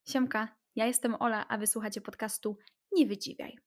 Siemka, ja jestem Ola, a wysłuchacie podcastu Nie Wydziwiaj.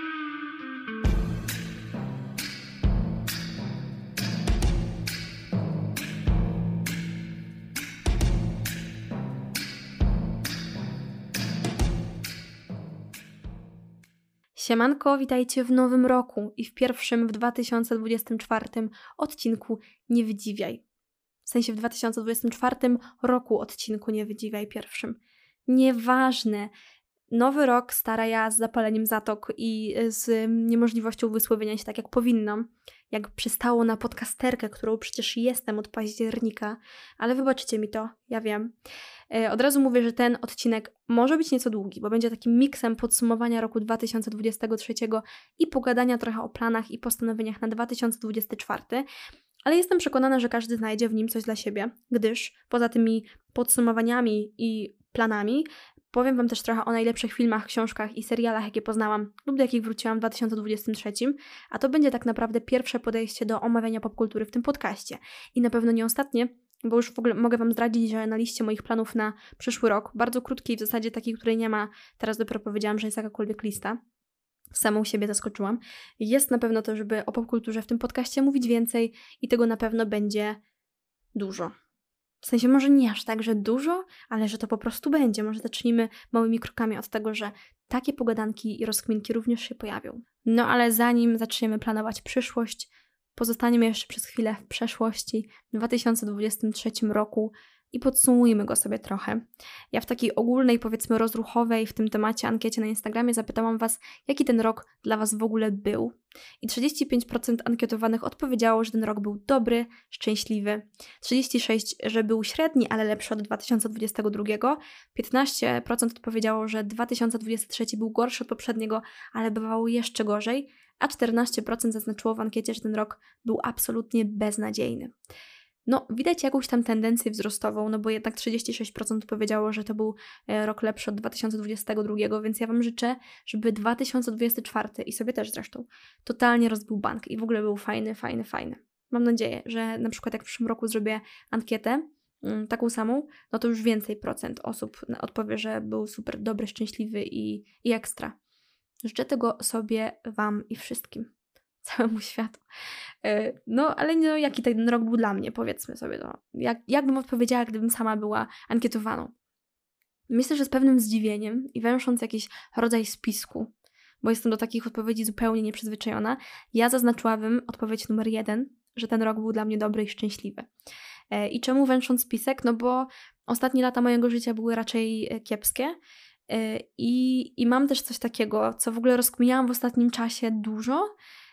Siemanko, witajcie w nowym roku i w pierwszym w 2024 odcinku Nie Wydziwiaj. W sensie w 2024 roku odcinku Nie Wydziwiaj pierwszym. Nieważne. Nowy rok, stara ja z zapaleniem zatok i z niemożliwością wysłowienia się tak jak powinnam, jak przystało na podcasterkę, którą przecież jestem od października, ale wybaczycie mi to, ja wiem. Od razu mówię, że ten odcinek może być nieco długi, bo będzie takim miksem podsumowania roku 2023 i pogadania trochę o planach i postanowieniach na 2024, ale jestem przekonana, że każdy znajdzie w nim coś dla siebie, gdyż poza tymi podsumowaniami i planami powiem Wam też trochę o najlepszych filmach, książkach i serialach, jakie poznałam lub do jakich wróciłam w 2023, a to będzie tak naprawdę pierwsze podejście do omawiania popkultury w tym podcaście. I na pewno nie ostatnie, bo już w ogóle mogę Wam zdradzić, że na liście moich planów na przyszły rok, bardzo krótkiej, w zasadzie takiej, której nie ma, teraz dopiero powiedziałam, że jest jakakolwiek lista, samą siebie zaskoczyłam, jest na pewno to, żeby o popkulturze w tym podcaście mówić więcej i tego na pewno będzie dużo. W sensie może nie aż tak, że dużo, ale że to po prostu będzie. Może zacznijmy małymi krokami od tego, że takie pogadanki i rozkminki również się pojawią. No ale zanim zaczniemy planować przyszłość, pozostaniemy jeszcze przez chwilę w przeszłości, w 2023 roku i podsumujmy go sobie trochę. Ja w takiej ogólnej, powiedzmy rozruchowej w tym temacie ankiecie na Instagramie zapytałam Was, jaki ten rok dla Was w ogóle był. I 35% ankietowanych odpowiedziało, że ten rok był dobry, szczęśliwy. 36%, że był średni, ale lepszy od 2022. 15% odpowiedziało, że 2023 był gorszy od poprzedniego, ale bywało jeszcze gorzej. A 14% zaznaczyło w ankiecie, że ten rok był absolutnie beznadziejny. No, widać jakąś tam tendencję wzrostową, no bo jednak 36% powiedziało, że to był rok lepszy od 2022, więc ja Wam życzę, żeby 2024 i sobie też zresztą totalnie rozbił bank i w ogóle był fajny. Mam nadzieję, że na przykład jak w przyszłym roku zrobię ankietę, taką samą, no to już więcej procent osób odpowie, że był super dobry, szczęśliwy i ekstra. Życzę tego sobie, Wam i wszystkim. Całemu światu. No, ale no, jaki ten rok był dla mnie, powiedzmy sobie to. Jak bym odpowiedziała, gdybym sama była ankietowaną? Myślę, że z pewnym zdziwieniem i węsząc jakiś rodzaj spisku, bo jestem do takich odpowiedzi zupełnie nieprzyzwyczajona, ja zaznaczyłabym odpowiedź numer 1, że ten rok był dla mnie dobry i szczęśliwy. I czemu węsząc spisek? No bo ostatnie lata mojego życia były raczej kiepskie, i mam też coś takiego, co w ogóle rozkminiałam w ostatnim czasie dużo.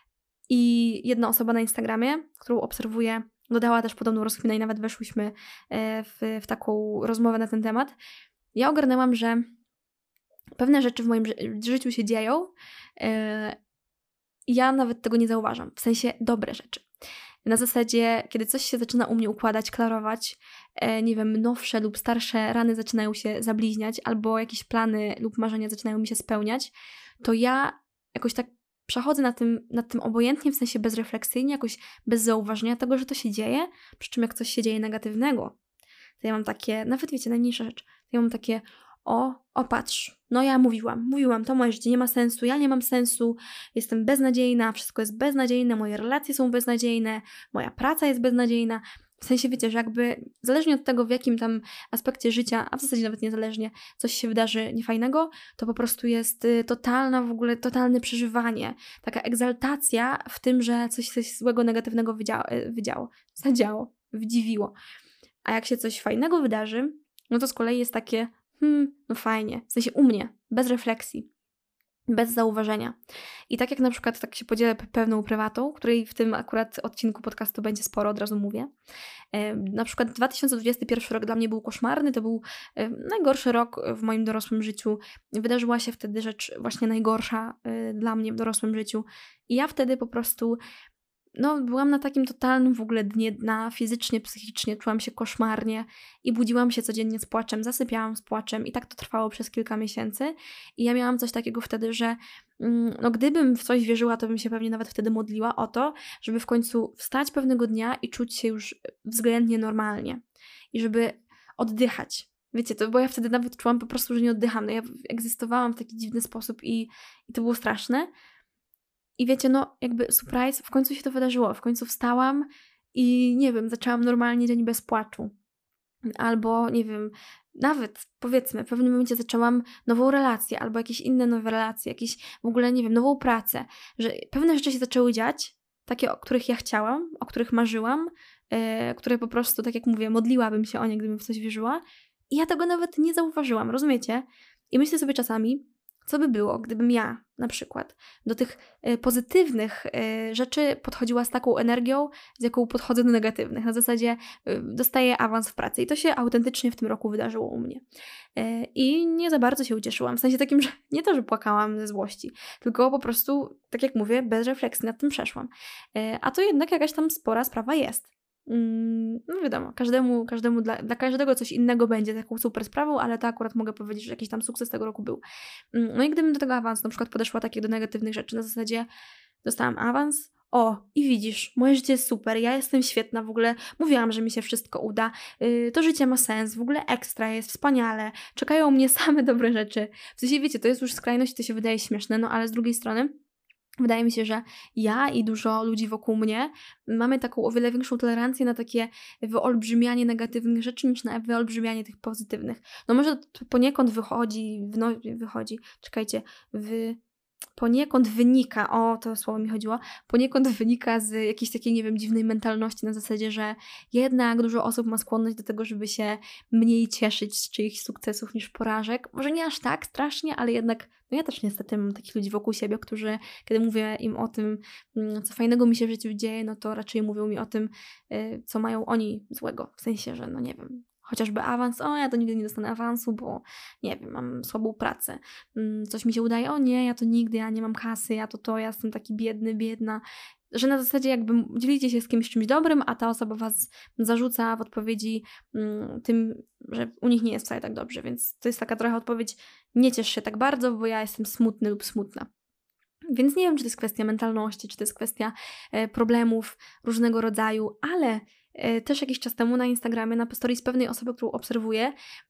I jedna osoba na Instagramie, którą obserwuję, dodała też podobną rozkminę i nawet weszłyśmy w taką rozmowę na ten temat. Ja ogarnęłam, że pewne rzeczy w moim życiu się dzieją i ja nawet tego nie zauważam. W sensie dobre rzeczy. Na zasadzie, kiedy coś się zaczyna u mnie układać, klarować, nie wiem, nowsze lub starsze rany zaczynają się zabliźniać albo jakieś plany lub marzenia zaczynają mi się spełniać, to ja jakoś tak przechodzę nad tym obojętnie, w sensie bezrefleksyjnie, jakoś bez zauważenia tego, że to się dzieje, przy czym jak coś się dzieje negatywnego, to ja mam takie, nawet wiecie, najmniejsza rzecz, to ja mam takie, o patrz, no ja mówiłam, to moje życie nie ma sensu, ja nie mam sensu, jestem beznadziejna, wszystko jest beznadziejne, moje relacje są beznadziejne, moja praca jest beznadziejna. W sensie wiecie, że jakby zależnie od tego, w jakim tam aspekcie życia, a w zasadzie nawet niezależnie, coś się wydarzy niefajnego, to po prostu jest totalne przeżywanie. Taka egzaltacja w tym, że coś złego, negatywnego wdziwiło. A jak się coś fajnego wydarzy, no to z kolei jest takie, no fajnie. W sensie u mnie, bez refleksji. Bez zauważenia. I tak jak na przykład tak się podzielę pewną prywatą, której w tym akurat odcinku podcastu będzie sporo, od razu mówię. Na przykład 2021 rok dla mnie był koszmarny, to był najgorszy rok w moim dorosłym życiu. Wydarzyła się wtedy rzecz właśnie najgorsza dla mnie w dorosłym życiu. I ja wtedy po prostu byłam na takim totalnym w ogóle dnie dna, fizycznie, psychicznie, czułam się koszmarnie i budziłam się codziennie z płaczem, zasypiałam z płaczem i tak to trwało przez kilka miesięcy i ja miałam coś takiego wtedy, że gdybym w coś wierzyła, to bym się pewnie nawet wtedy modliła o to, żeby w końcu wstać pewnego dnia i czuć się już względnie normalnie i żeby oddychać. Wiecie, to bo ja wtedy nawet czułam po prostu, że nie oddycham. No ja egzystowałam w taki dziwny sposób i to było straszne. I wiecie, no jakby surprise, w końcu się to wydarzyło. W końcu wstałam i nie wiem, zaczęłam normalnie dzień bez płaczu. Albo nie wiem, nawet powiedzmy, w pewnym momencie zaczęłam nową relację, albo jakieś inne nowe relacje, jakieś w ogóle, nie wiem, nową pracę. Że pewne rzeczy się zaczęły dziać, takie, o których ja chciałam, o których marzyłam, które po prostu, tak jak mówię, modliłabym się o nie, gdybym w coś wierzyła. I ja tego nawet nie zauważyłam, rozumiecie? I myślę sobie czasami, co by było, gdybym ja na przykład do tych pozytywnych rzeczy podchodziła z taką energią, z jaką podchodzę do negatywnych. Na zasadzie dostaję awans w pracy. I to się autentycznie w tym roku wydarzyło u mnie. I nie za bardzo się ucieszyłam. W sensie takim, że nie to, że płakałam ze złości, tylko po prostu, tak jak mówię, bez refleksji nad tym przeszłam. A to jednak jakaś tam spora sprawa jest. No wiadomo, każdemu dla każdego coś innego będzie taką super sprawą, ale to akurat mogę powiedzieć, że jakiś tam sukces tego roku był. No i gdybym do tego awansu na przykład podeszła takich do negatywnych rzeczy, na zasadzie dostałam awans, i widzisz, moje życie jest super, ja jestem świetna, w ogóle mówiłam, że mi się wszystko uda, to życie ma sens, w ogóle ekstra, jest wspaniale, czekają mnie same dobre rzeczy. W sensie wiecie, to jest już skrajność, to się wydaje śmieszne, no ale z drugiej strony wydaje mi się, że ja i dużo ludzi wokół mnie mamy taką o wiele większą tolerancję na takie wyolbrzymianie negatywnych rzeczy niż na wyolbrzymianie tych pozytywnych. No może to poniekąd poniekąd wynika, to słowo mi chodziło, poniekąd wynika z jakiejś takiej, nie wiem, dziwnej mentalności na zasadzie, że jednak dużo osób ma skłonność do tego, żeby się mniej cieszyć z czyichś sukcesów niż porażek. Może nie aż tak strasznie, ale jednak, no ja też niestety mam takich ludzi wokół siebie, którzy, kiedy mówię im o tym, co fajnego mi się w życiu dzieje, no to raczej mówią mi o tym, co mają oni złego. W sensie, że no nie wiem, chociażby awans, ja to nigdy nie dostanę awansu, bo nie wiem, mam słabą pracę, coś mi się udaje, ja to nigdy, ja nie mam kasy, ja jestem taki biedna, że na zasadzie jakby dzielicie się z kimś czymś dobrym, a ta osoba was zarzuca w odpowiedzi tym, że u nich nie jest wcale tak dobrze, więc to jest taka trochę odpowiedź, nie ciesz się tak bardzo, bo ja jestem smutny lub smutna. Więc nie wiem, czy to jest kwestia mentalności, czy to jest kwestia problemów różnego rodzaju, ale też jakiś czas temu na Instagramie, na stories pewnej osoby, którą obserwuję,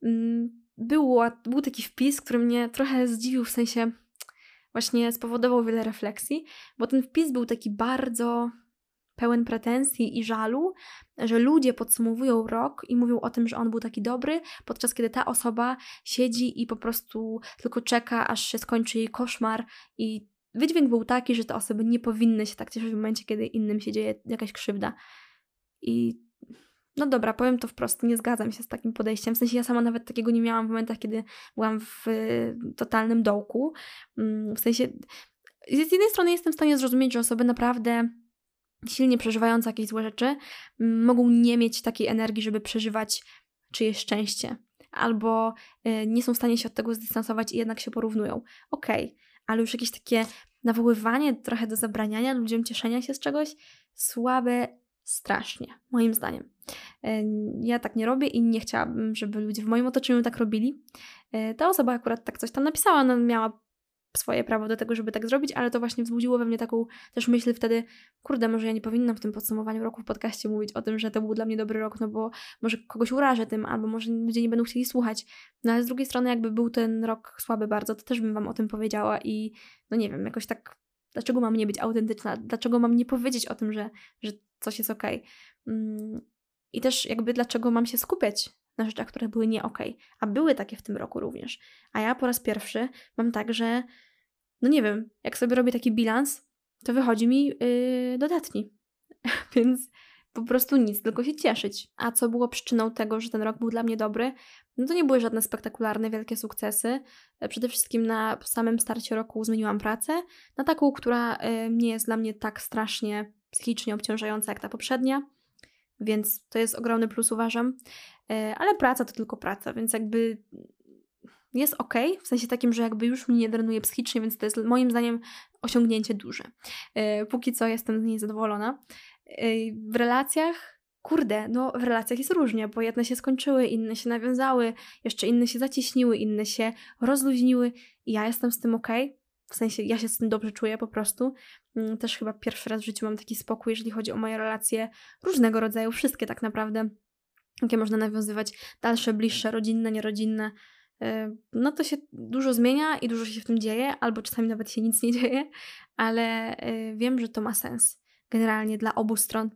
był taki wpis, który mnie trochę zdziwił, w sensie właśnie spowodował wiele refleksji, bo ten wpis był taki bardzo pełen pretensji i żalu, że ludzie podsumowują rok i mówią o tym, że on był taki dobry, podczas kiedy ta osoba siedzi i po prostu tylko czeka, aż się skończy jej koszmar i wydźwięk był taki, że te osoby nie powinny się tak cieszyć w momencie, kiedy innym się dzieje jakaś krzywda. I no dobra, powiem to wprost, nie zgadzam się z takim podejściem. W sensie ja sama nawet takiego nie miałam w momentach, kiedy byłam w totalnym dołku. W sensie z jednej strony jestem w stanie zrozumieć, że osoby naprawdę silnie przeżywające jakieś złe rzeczy mogą nie mieć takiej energii, żeby przeżywać czyjeś szczęście. Albo nie są w stanie się od tego zdystansować i jednak się porównują. Okej, ale już jakieś takie nawoływanie trochę do zabraniania ludziom cieszenia się z czegoś słabe strasznie, moim zdaniem. Ja tak nie robię i nie chciałabym, żeby ludzie w moim otoczeniu tak robili. Ta osoba akurat tak coś tam napisała, no miała swoje prawo do tego, żeby tak zrobić, ale to właśnie wzbudziło we mnie taką też myśl wtedy, kurde, może ja nie powinnam w tym podsumowaniu roku w podcaście mówić o tym, że to był dla mnie dobry rok, no bo może kogoś urażę tym, albo może ludzie nie będą chcieli słuchać. No ale z drugiej strony jakby był ten rok słaby bardzo, to też bym wam o tym powiedziała i no nie wiem, jakoś tak, dlaczego mam nie być autentyczna? Dlaczego mam nie powiedzieć o tym, że coś jest okej? I też jakby dlaczego mam się skupiać na rzeczach, które były nie okej, a były takie w tym roku również. A ja po raz pierwszy mam tak, że no nie wiem, jak sobie robię taki bilans, to wychodzi mi dodatni. Więc po prostu nic, tylko się cieszyć. A co było przyczyną tego, że ten rok był dla mnie dobry? No to nie były żadne spektakularne, wielkie sukcesy. Przede wszystkim na samym starcie roku zmieniłam pracę na taką, która nie jest dla mnie tak strasznie psychicznie obciążająca jak ta poprzednia. Więc to jest ogromny plus, uważam. Ale praca to tylko praca, więc jakby jest okej, w sensie takim, że jakby już mnie nie drenuje psychicznie, więc to jest moim zdaniem osiągnięcie duże. Póki co jestem z niej zadowolona. W relacjach, w relacjach jest różnie, bo jedne się skończyły, inne się nawiązały, jeszcze inne się zacieśniły, inne się rozluźniły i ja jestem z tym okej. W sensie ja się z tym dobrze czuję po prostu. Też chyba pierwszy raz w życiu mam taki spokój, jeżeli chodzi o moje relacje różnego rodzaju, wszystkie tak naprawdę. jakie można nawiązywać dalsze, bliższe, rodzinne, nierodzinne, no to się dużo zmienia i dużo się w tym dzieje, albo czasami nawet się nic nie dzieje, ale wiem, że to ma sens generalnie dla obu stron.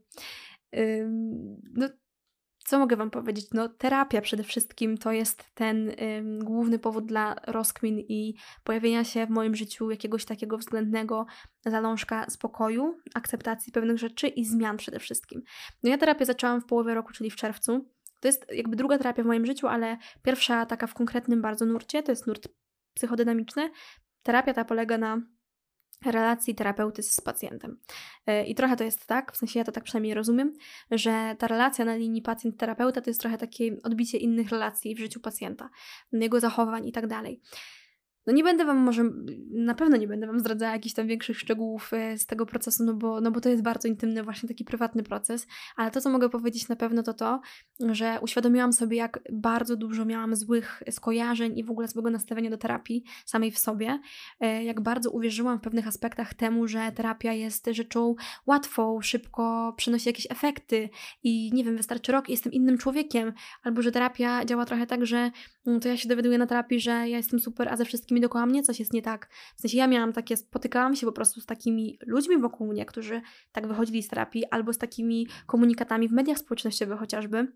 No, co mogę Wam powiedzieć? No, terapia przede wszystkim to jest ten główny powód dla rozkmin i pojawienia się w moim życiu jakiegoś takiego względnego zalążka spokoju, akceptacji pewnych rzeczy i zmian przede wszystkim. No ja terapię zaczęłam w połowie roku, czyli w czerwcu. To jest jakby druga terapia w moim życiu, ale pierwsza taka w konkretnym bardzo nurcie, to jest nurt psychodynamiczny. Terapia ta polega na relacji terapeuty z pacjentem. I trochę to jest tak, w sensie ja to tak przynajmniej rozumiem, że ta relacja na linii pacjent-terapeuta to jest trochę takie odbicie innych relacji w życiu pacjenta, jego zachowań i tak dalej. No nie będę Wam na pewno nie będę Wam zdradzała jakichś tam większych szczegółów z tego procesu, no bo to jest bardzo intymny, właśnie taki prywatny proces, ale to, co mogę powiedzieć na pewno to, że uświadomiłam sobie, jak bardzo dużo miałam złych skojarzeń i w ogóle złego nastawienia do terapii samej w sobie, jak bardzo uwierzyłam w pewnych aspektach temu, że terapia jest rzeczą łatwą, szybko przynosi jakieś efekty i nie wiem, wystarczy rok i jestem innym człowiekiem, albo że terapia działa trochę tak, że to ja się dowiaduję na terapii, że ja jestem super, a ze wszystkimi dookoła mnie coś jest nie tak. W sensie ja miałam takie, spotykałam się po prostu z takimi ludźmi wokół mnie, którzy tak wychodzili z terapii, albo z takimi komunikatami w mediach społecznościowych chociażby.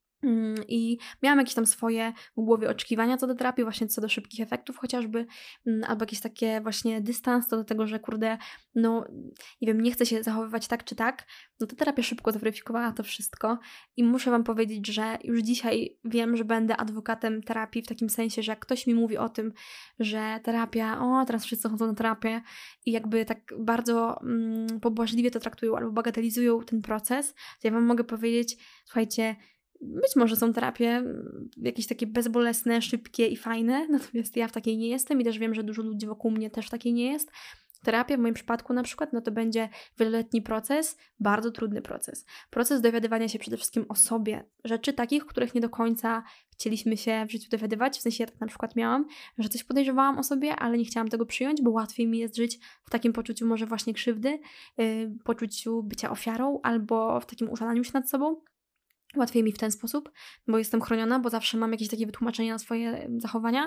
I miałam jakieś tam swoje w głowie oczekiwania co do terapii, właśnie co do szybkich efektów chociażby, albo jakieś takie właśnie dystans co do tego, że kurde, no nie wiem, nie chcę się zachowywać tak czy tak, no to terapia szybko zweryfikowała to wszystko i muszę Wam powiedzieć, że już dzisiaj wiem, że będę adwokatem terapii w takim sensie, że jak ktoś mi mówi o tym, że terapia, teraz wszyscy chodzą na terapię i jakby tak bardzo pobłażliwie to traktują albo bagatelizują ten proces, to ja Wam mogę powiedzieć, słuchajcie, być może są terapie jakieś takie bezbolesne, szybkie i fajne, natomiast ja w takiej nie jestem i też wiem, że dużo ludzi wokół mnie też w takiej nie jest. Terapia w moim przypadku na przykład, no to będzie wieloletni proces, bardzo trudny proces. Proces dowiadywania się przede wszystkim o sobie, rzeczy takich, których nie do końca chcieliśmy się w życiu dowiadywać. W sensie ja tak na przykład miałam, że coś podejrzewałam o sobie, ale nie chciałam tego przyjąć, bo łatwiej mi jest żyć w takim poczuciu może właśnie krzywdy, poczuciu bycia ofiarą albo w takim użalaniu się nad sobą. Łatwiej mi w ten sposób, bo jestem chroniona, bo zawsze mam jakieś takie wytłumaczenie na swoje zachowania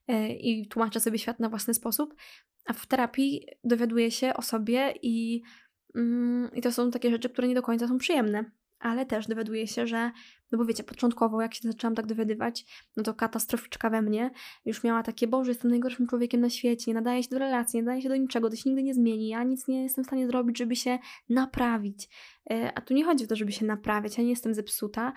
i tłumaczę sobie świat na własny sposób, a w terapii dowiaduję się o sobie i to są takie rzeczy, które nie do końca są przyjemne, ale też dowiaduję się, że, no bo wiecie, początkowo jak się zaczęłam tak dowiadywać, no to katastroficzka we mnie już miała takie, Boże, jestem najgorszym człowiekiem na świecie, nie nadaję się do relacji, nie nadaję się do niczego, to się nigdy nie zmieni, ja nic nie jestem w stanie zrobić, żeby się naprawić. A tu nie chodzi o to, żeby się naprawiać, ja nie jestem zepsuta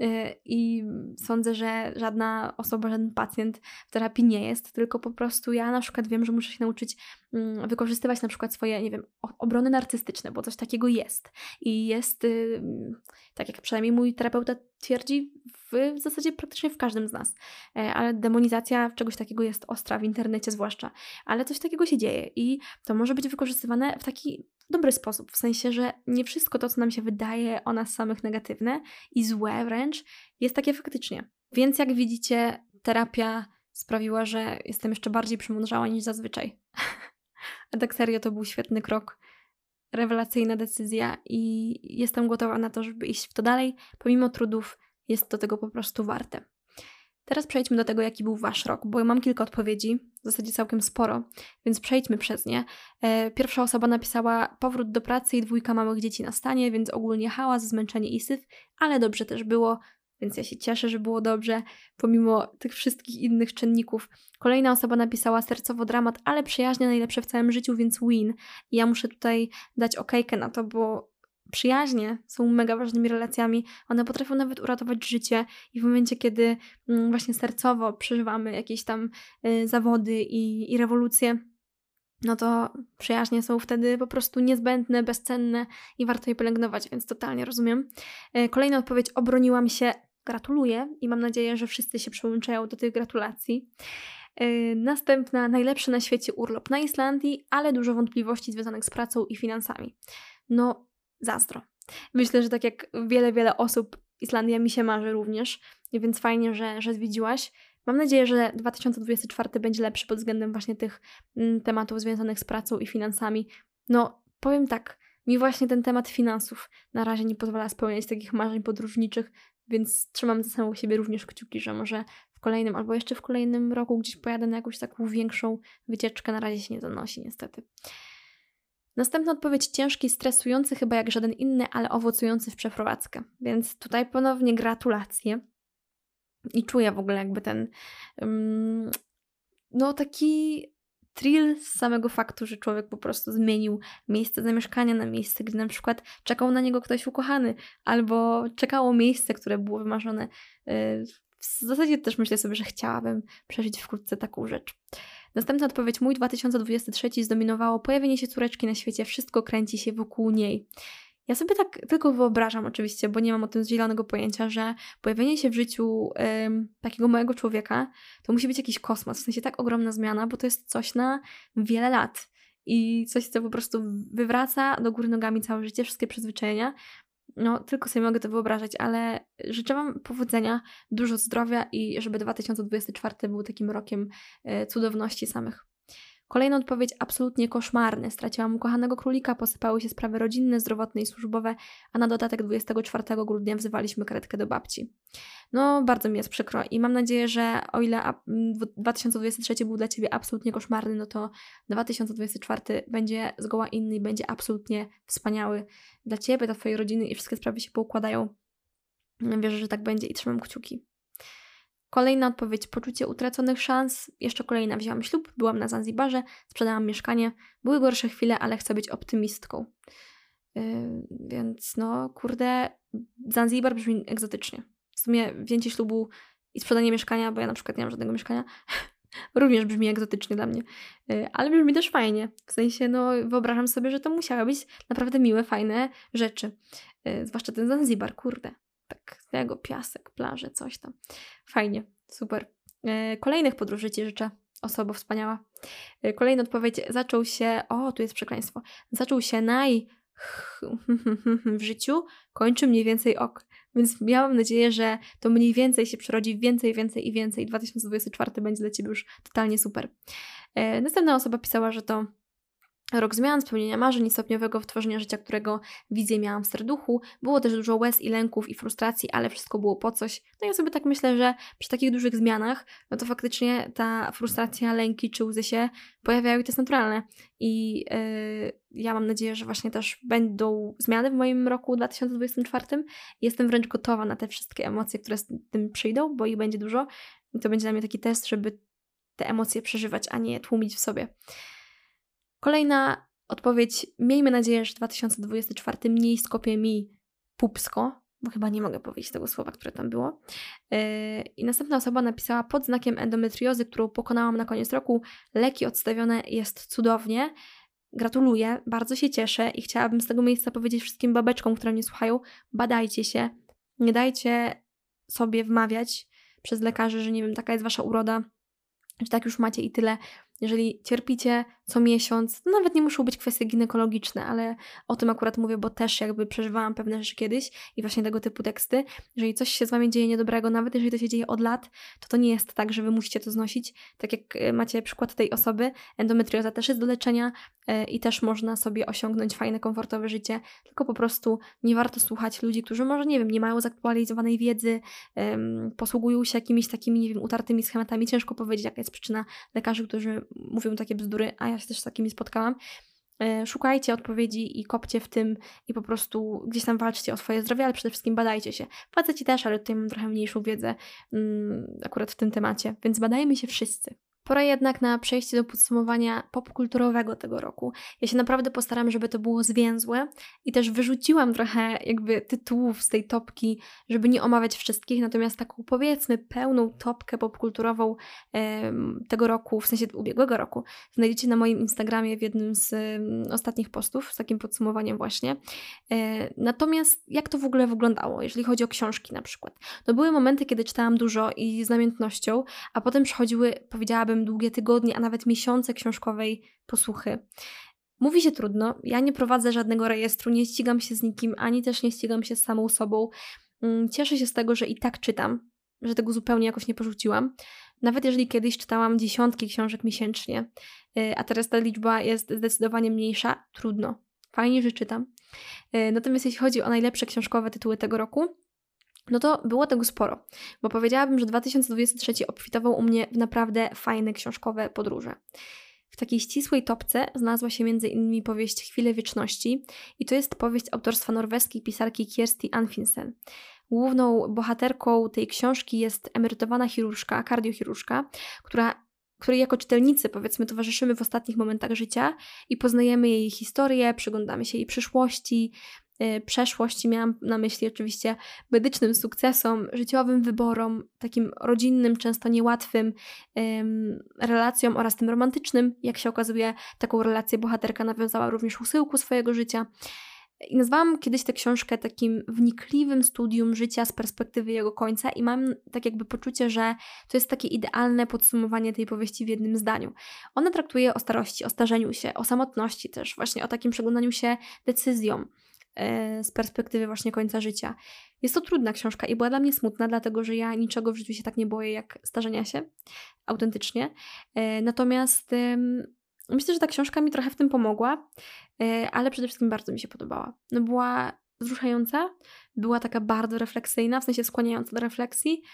i sądzę, że żadna osoba, żaden pacjent w terapii nie jest, tylko po prostu ja na przykład wiem, że muszę się nauczyć wykorzystywać na przykład swoje, nie wiem, obrony narcystyczne, bo coś takiego jest. I jest, tak jak przynajmniej mój terapeuta twierdzi, w zasadzie praktycznie w każdym z nas. Ale demonizacja czegoś takiego jest ostra w internecie zwłaszcza. Ale coś takiego się dzieje i to może być wykorzystywane w taki dobry sposób, w sensie, że nie wszystko to, co nam się wydaje o nas samych negatywne i złe wręcz, jest takie faktycznie. Więc jak widzicie, terapia sprawiła, że jestem jeszcze bardziej przemądrzała niż zazwyczaj. A tak serio to był świetny krok, rewelacyjna decyzja i jestem gotowa na to, żeby iść w to dalej. Pomimo trudów jest to tego po prostu warte. Teraz przejdźmy do tego, jaki był Wasz rok, bo mam kilka odpowiedzi, w zasadzie całkiem sporo, więc przejdźmy przez nie. Pierwsza osoba napisała powrót do pracy i 2 małych dzieci na stanie, więc ogólnie hałas, zmęczenie i syf, ale dobrze też było, więc ja się cieszę, że było dobrze, pomimo tych wszystkich innych czynników. Kolejna osoba napisała sercowo dramat, ale przyjaźnie najlepsze w całym życiu, więc win. I ja muszę tutaj dać okejkę na to, bo przyjaźnie są mega ważnymi relacjami, one potrafią nawet uratować życie i w momencie, kiedy właśnie sercowo przeżywamy jakieś tam zawody i rewolucje, no to przyjaźnie są wtedy po prostu niezbędne, bezcenne i warto je pielęgnować, więc totalnie rozumiem. Kolejna odpowiedź, obroniłam się, gratuluję i mam nadzieję, że wszyscy się przyłączają do tych gratulacji. Następna, najlepszy na świecie urlop na Islandii, ale dużo wątpliwości związanych z pracą i finansami. No, zazdro. Myślę, że tak jak wiele osób, Islandia mi się marzy również, więc fajnie, że zwiedziłaś. Mam nadzieję, że 2024 będzie lepszy pod względem właśnie tych tematów związanych z pracą i finansami. No, powiem tak, mi właśnie ten temat finansów na razie nie pozwala spełniać takich marzeń podróżniczych, Więc trzymam za samą siebie również kciuki, że może w kolejnym albo jeszcze w kolejnym roku gdzieś pojadę na jakąś taką większą wycieczkę. Na razie się nie donosi niestety. Następna odpowiedź: ciężki, stresujący chyba jak żaden inny, ale owocujący w przeprowadzkę. Więc tutaj ponownie gratulacje. I czuję w ogóle jakby ten taki thrill z samego faktu, że człowiek po prostu zmienił miejsce zamieszkania na miejsce, gdzie na przykład czekał na niego ktoś ukochany, albo czekało miejsce, które było wymarzone. W zasadzie też myślę sobie, że chciałabym przeżyć wkrótce taką rzecz. Następna odpowiedź: mój 2023 zdominowało pojawienie się córeczki na świecie, wszystko kręci się wokół niej. Ja sobie tak tylko wyobrażam oczywiście, bo nie mam o tym zielonego pojęcia, że pojawienie się w życiu takiego małego człowieka to musi być jakiś kosmos, w sensie tak ogromna zmiana, bo to jest coś na wiele lat i coś, co po prostu wywraca do góry nogami całe życie, wszystkie przyzwyczajenia. No, tylko sobie mogę to wyobrażać, ale życzę Wam powodzenia, dużo zdrowia i żeby 2024 był takim rokiem cudowności samych. Kolejna odpowiedź: absolutnie koszmarny. Straciłam ukochanego królika, posypały się sprawy rodzinne, zdrowotne i służbowe, a na dodatek 24 grudnia wzywaliśmy karetkę do babci. No, bardzo mi jest przykro i mam nadzieję, że o ile 2023 był dla Ciebie absolutnie koszmarny, no to 2024 będzie zgoła inny i będzie absolutnie wspaniały dla Ciebie, dla Twojej rodziny i wszystkie sprawy się poukładają. Wierzę, że tak będzie i trzymam kciuki. Kolejna odpowiedź: poczucie utraconych szans. Jeszcze kolejna: wzięłam ślub, byłam na Zanzibarze, sprzedałam mieszkanie. Były gorsze chwile, ale chcę być optymistką. Więc no, kurde, Zanzibar brzmi egzotycznie. W sumie wzięcie ślubu i sprzedanie mieszkania, bo ja na przykład nie mam żadnego mieszkania, również brzmi egzotycznie dla mnie. Ale brzmi też fajnie. W sensie, no, wyobrażam sobie, że to musiały być naprawdę miłe, fajne rzeczy. Zwłaszcza ten Zanzibar, kurde. Tak, tego piasek, plaże, coś tam. Fajnie, super. Kolejnych podróży Ci życzę, osobo wspaniała. Kolejna odpowiedź: zaczął się, tu jest przekleństwo, zaczął się w życiu, kończy mniej więcej ok. Więc miałam nadzieję, że to mniej więcej się przerodzi w więcej, więcej i więcej. 2024 będzie dla Ciebie już totalnie super. Następna osoba pisała, że to rok zmian, spełnienia marzeń i stopniowego wtworzenia życia, którego wizję miałam w serduchu. Było też dużo łez i lęków i frustracji, ale wszystko było po coś. No i ja sobie tak myślę, że przy takich dużych zmianach, no to faktycznie ta frustracja, lęki czy łzy się pojawiają i to jest naturalne. I ja mam nadzieję, że właśnie też będą zmiany w moim roku 2024. Jestem wręcz gotowa na te wszystkie emocje, które z tym przyjdą, bo ich będzie dużo. I to będzie dla mnie taki test, żeby te emocje przeżywać, a nie tłumić w sobie. Kolejna odpowiedź: miejmy nadzieję, że 2024 mniej skopie mi pupsko, bo chyba nie mogę powiedzieć tego słowa, które tam było. I następna osoba napisała: pod znakiem endometriozy, którą pokonałam na koniec roku, leki odstawione, jest cudownie. Gratuluję, bardzo się cieszę i chciałabym z tego miejsca powiedzieć wszystkim babeczkom, które mnie słuchają: badajcie się, nie dajcie sobie wmawiać przez lekarzy, że nie wiem, taka jest wasza uroda, że tak już macie i tyle. Jeżeli cierpicie co miesiąc, no nawet nie muszą być kwestie ginekologiczne, ale o tym akurat mówię, bo też jakby przeżywałam pewne rzeczy kiedyś i właśnie tego typu teksty. Jeżeli coś się z Wami dzieje niedobrego, nawet jeżeli to się dzieje od lat, to nie jest tak, że Wy musicie to znosić. Tak jak macie przykład tej osoby, endometrioza też jest do leczenia i też można sobie osiągnąć fajne, komfortowe życie, tylko po prostu nie warto słuchać ludzi, którzy może, nie wiem, nie mają zaktualizowanej wiedzy, posługują się jakimiś takimi, nie wiem, utartymi schematami. Ciężko powiedzieć, jaka jest przyczyna lekarzy, którzy mówią takie bzdury, a ja się też z takimi spotkałam. Szukajcie odpowiedzi i kopcie w tym i po prostu gdzieś tam walczcie o swoje zdrowie, ale przede wszystkim badajcie się. Faceci też, ale tutaj mam trochę mniejszą wiedzę akurat w tym temacie, więc badajmy się wszyscy. Pora jednak na przejście do podsumowania popkulturowego tego roku. Ja się naprawdę postaram, żeby to było zwięzłe i też wyrzuciłam trochę jakby tytułów z tej topki, żeby nie omawiać wszystkich, natomiast taką powiedzmy pełną topkę popkulturową tego roku, w sensie ubiegłego roku, znajdziecie na moim Instagramie w jednym z ostatnich postów z takim podsumowaniem właśnie. Natomiast jak to w ogóle wyglądało, jeżeli chodzi o książki na przykład? No były momenty, kiedy czytałam dużo i z namiętnością, a potem przychodziły, powiedziałabym, długie tygodnie, a nawet miesiące książkowej posłuchy. Mówi się trudno, ja nie prowadzę żadnego rejestru, nie ścigam się z nikim, ani też nie ścigam się z samą sobą. Cieszę się z tego, że i tak czytam, że tego zupełnie jakoś nie porzuciłam. Nawet jeżeli kiedyś czytałam dziesiątki książek miesięcznie, a teraz ta liczba jest zdecydowanie mniejsza, trudno. Fajnie, że czytam. Natomiast jeśli chodzi o najlepsze książkowe tytuły tego roku, no to było tego sporo, bo powiedziałabym, że 2023 obfitował u mnie w naprawdę fajne książkowe podróże. W takiej ścisłej topce znalazła się m.in. powieść Chwile Wieczności i to jest powieść autorstwa norweskiej pisarki Kjersti Anfinsen. Główną bohaterką tej książki jest emerytowana chirurżka, kardiochirurżka, której jako czytelnicy, powiedzmy, towarzyszymy w ostatnich momentach życia i poznajemy jej historię, przyglądamy się jej przyszłości, przeszłości, miałam na myśli oczywiście medycznym sukcesom, życiowym wyborom, takim rodzinnym, często niełatwym relacjom oraz tym romantycznym. Jak się okazuje, taką relację bohaterka nawiązała również u schyłku swojego życia. I nazwałam kiedyś tę książkę takim wnikliwym studium życia z perspektywy jego końca i mam tak jakby poczucie, że to jest takie idealne podsumowanie tej powieści w jednym zdaniu. Ona traktuje o starości, o starzeniu się, o samotności też, właśnie o takim przyglądaniu się decyzjom z perspektywy właśnie końca życia. Jest to trudna książka i była dla mnie smutna, dlatego że ja niczego w życiu się tak nie boję jak starzenia się, autentycznie. Natomiast myślę, że ta książka mi trochę w tym pomogła, ale przede wszystkim bardzo mi się podobała. No była wzruszająca, była taka bardzo refleksyjna, w sensie skłaniająca do refleksji